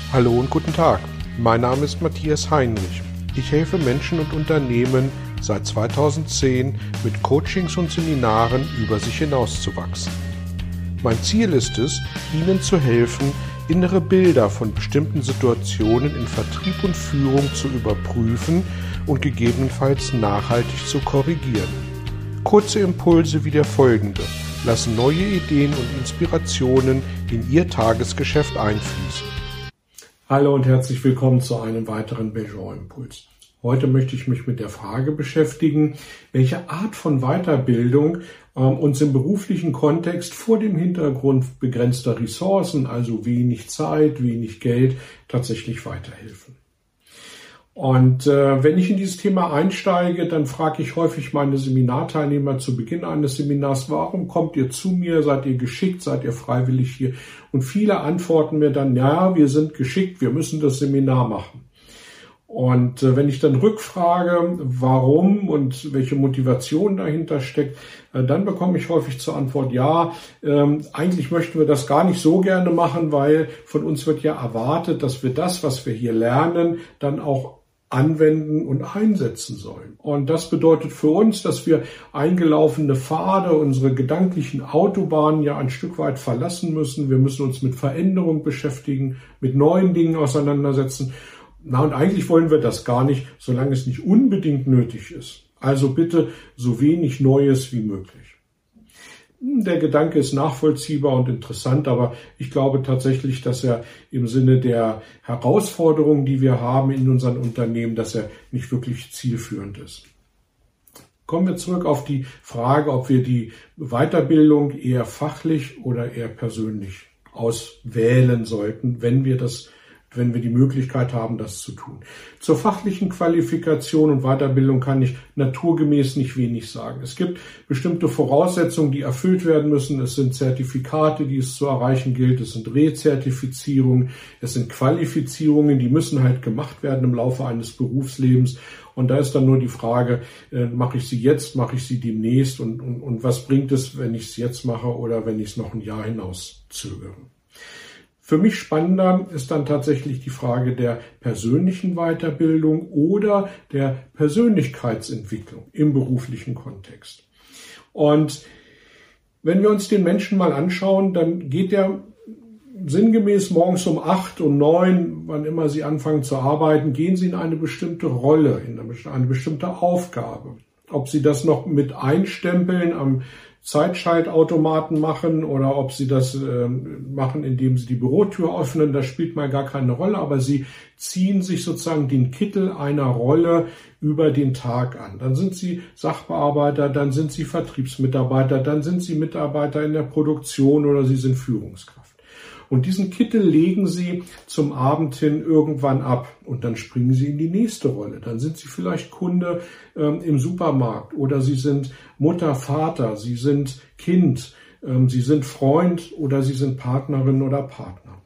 Hallo und guten Tag, mein Name ist Matthias Heinrich. Ich helfe Menschen und Unternehmen seit 2010 mit Coachings und Seminaren über sich hinauszuwachsen. Mein Ziel ist es, Ihnen zu helfen, innere Bilder von bestimmten Situationen in Vertrieb und Führung zu überprüfen und gegebenenfalls nachhaltig zu korrigieren. Kurze Impulse wie der folgende lassen neue Ideen und Inspirationen in Ihr Tagesgeschäft einfließen. Hallo und herzlich willkommen zu einem weiteren Belgian-Impuls. Heute möchte ich mich mit der Frage beschäftigen, welche Art von Weiterbildung uns im beruflichen Kontext vor dem Hintergrund begrenzter Ressourcen, also wenig Zeit, wenig Geld, tatsächlich weiterhelfen. Und wenn ich in dieses Thema einsteige, dann frage ich häufig meine Seminarteilnehmer zu Beginn eines Seminars, warum kommt ihr zu mir, seid ihr geschickt, seid ihr freiwillig hier? Und viele antworten mir dann, ja, wir sind geschickt, wir müssen das Seminar machen. Und wenn ich dann rückfrage, warum und welche Motivation dahinter steckt, dann bekomme ich häufig zur Antwort, ja, eigentlich möchten wir das gar nicht so gerne machen, weil von uns wird ja erwartet, dass wir das, was wir hier lernen, dann auch anwenden und einsetzen sollen. Und das bedeutet für uns, dass wir eingelaufene Pfade, unsere gedanklichen Autobahnen ja ein Stück weit verlassen müssen. Wir müssen uns mit Veränderung beschäftigen, mit neuen Dingen auseinandersetzen. Na, und eigentlich wollen wir das gar nicht, solange es nicht unbedingt nötig ist. Also bitte so wenig Neues wie möglich. Der Gedanke ist nachvollziehbar und interessant, aber ich glaube tatsächlich, dass er im Sinne der Herausforderungen, die wir haben in unseren Unternehmen, dass er nicht wirklich zielführend ist. Kommen wir zurück auf die Frage, ob wir die Weiterbildung eher fachlich oder eher persönlich auswählen sollten, wenn wir die Möglichkeit haben, das zu tun. Zur fachlichen Qualifikation und Weiterbildung kann ich naturgemäß nicht wenig sagen. Es gibt bestimmte Voraussetzungen, die erfüllt werden müssen. Es sind Zertifikate, die es zu erreichen gilt. Es sind Rezertifizierungen. Es sind Qualifizierungen, die müssen halt gemacht werden im Laufe eines Berufslebens. Und da ist dann nur die Frage, mache ich sie jetzt, mache ich sie demnächst und was bringt es, wenn ich es jetzt mache oder wenn ich es noch ein Jahr hinaus zögere. Für mich spannender ist dann tatsächlich die Frage der persönlichen Weiterbildung oder der Persönlichkeitsentwicklung im beruflichen Kontext. Und wenn wir uns den Menschen mal anschauen, dann geht der sinngemäß morgens um 8 und 9, wann immer sie anfangen zu arbeiten, gehen sie in eine bestimmte Rolle, in eine bestimmte Aufgabe. Ob sie das noch mit einstempeln am Zeitschaltautomaten machen oder ob sie das machen, indem sie die Bürotür öffnen, das spielt mal gar keine Rolle, aber sie ziehen sich sozusagen den Kittel einer Rolle über den Tag an. Dann sind sie Sachbearbeiter, dann sind sie Vertriebsmitarbeiter, dann sind sie Mitarbeiter in der Produktion oder sie sind Führungskraft. Und diesen Kittel legen sie zum Abend hin irgendwann ab und dann springen sie in die nächste Rolle. Dann sind sie vielleicht Kunde im Supermarkt oder sie sind Mutter, Vater, sie sind Kind, sie sind Freund oder sie sind Partnerin oder Partner.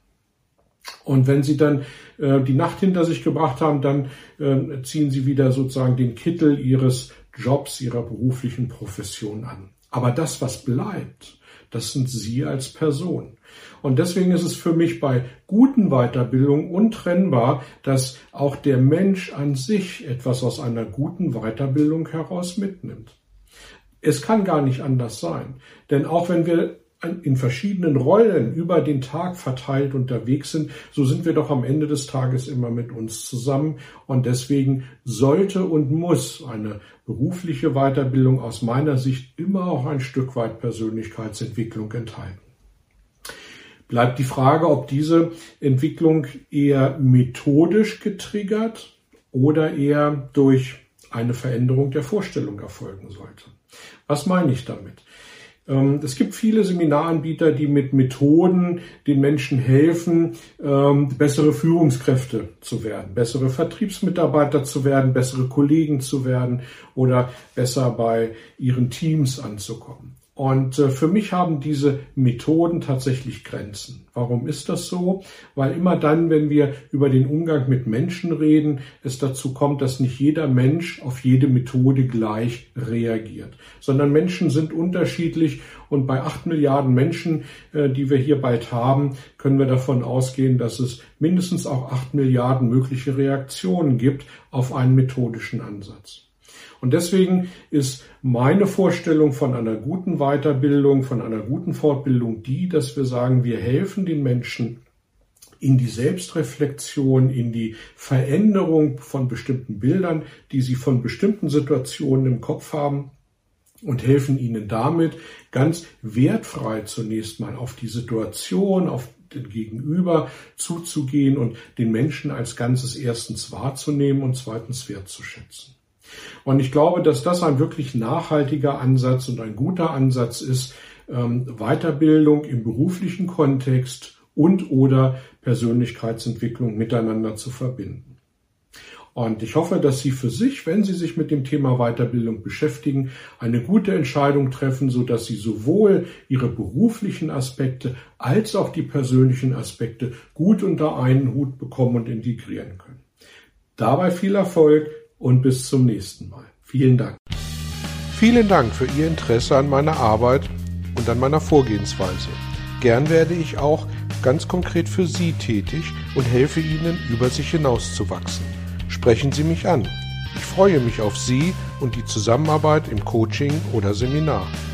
Und wenn sie dann die Nacht hinter sich gebracht haben, dann ziehen sie wieder sozusagen den Kittel ihres Jobs, ihrer beruflichen Profession an. Aber das, was bleibt, das sind Sie als Person. Und deswegen ist es für mich bei guten Weiterbildungen untrennbar, dass auch der Mensch an sich etwas aus einer guten Weiterbildung heraus mitnimmt. Es kann gar nicht anders sein. Denn auch wenn wir in verschiedenen Rollen über den Tag verteilt unterwegs sind, so sind wir doch am Ende des Tages immer mit uns zusammen. Und deswegen sollte und muss eine berufliche Weiterbildung aus meiner Sicht immer auch ein Stück weit Persönlichkeitsentwicklung enthalten. Bleibt die Frage, ob diese Entwicklung eher methodisch getriggert oder eher durch eine Veränderung der Vorstellung erfolgen sollte. Was meine ich damit? Es gibt viele Seminaranbieter, die mit Methoden den Menschen helfen, bessere Führungskräfte zu werden, bessere Vertriebsmitarbeiter zu werden, bessere Kollegen zu werden oder besser bei ihren Teams anzukommen. Und für mich haben diese Methoden tatsächlich Grenzen. Warum ist das so? Weil immer dann, wenn wir über den Umgang mit Menschen reden, es dazu kommt, dass nicht jeder Mensch auf jede Methode gleich reagiert, sondern Menschen sind unterschiedlich und bei 8 Milliarden Menschen, die wir hier bald haben, können wir davon ausgehen, dass es mindestens auch 8 Milliarden mögliche Reaktionen gibt auf einen methodischen Ansatz. Und deswegen ist meine Vorstellung von einer guten Weiterbildung, von einer guten Fortbildung die, dass wir sagen, wir helfen den Menschen in die Selbstreflexion, in die Veränderung von bestimmten Bildern, die sie von bestimmten Situationen im Kopf haben und helfen ihnen damit ganz wertfrei zunächst mal auf die Situation, auf den Gegenüber zuzugehen und den Menschen als Ganzes erstens wahrzunehmen und zweitens wertzuschätzen. Und ich glaube, dass das ein wirklich nachhaltiger Ansatz und ein guter Ansatz ist, Weiterbildung im beruflichen Kontext und oder Persönlichkeitsentwicklung miteinander zu verbinden. Und ich hoffe, dass Sie für sich, wenn Sie sich mit dem Thema Weiterbildung beschäftigen, eine gute Entscheidung treffen, sodass Sie sowohl Ihre beruflichen Aspekte als auch die persönlichen Aspekte gut unter einen Hut bekommen und integrieren können. Dabei viel Erfolg und bis zum nächsten Mal. Vielen Dank. Vielen Dank für Ihr Interesse an meiner Arbeit und an meiner Vorgehensweise. Gern werde ich auch ganz konkret für Sie tätig und helfe Ihnen, über sich hinauszuwachsen. Sprechen Sie mich an. Ich freue mich auf Sie und die Zusammenarbeit im Coaching oder Seminar.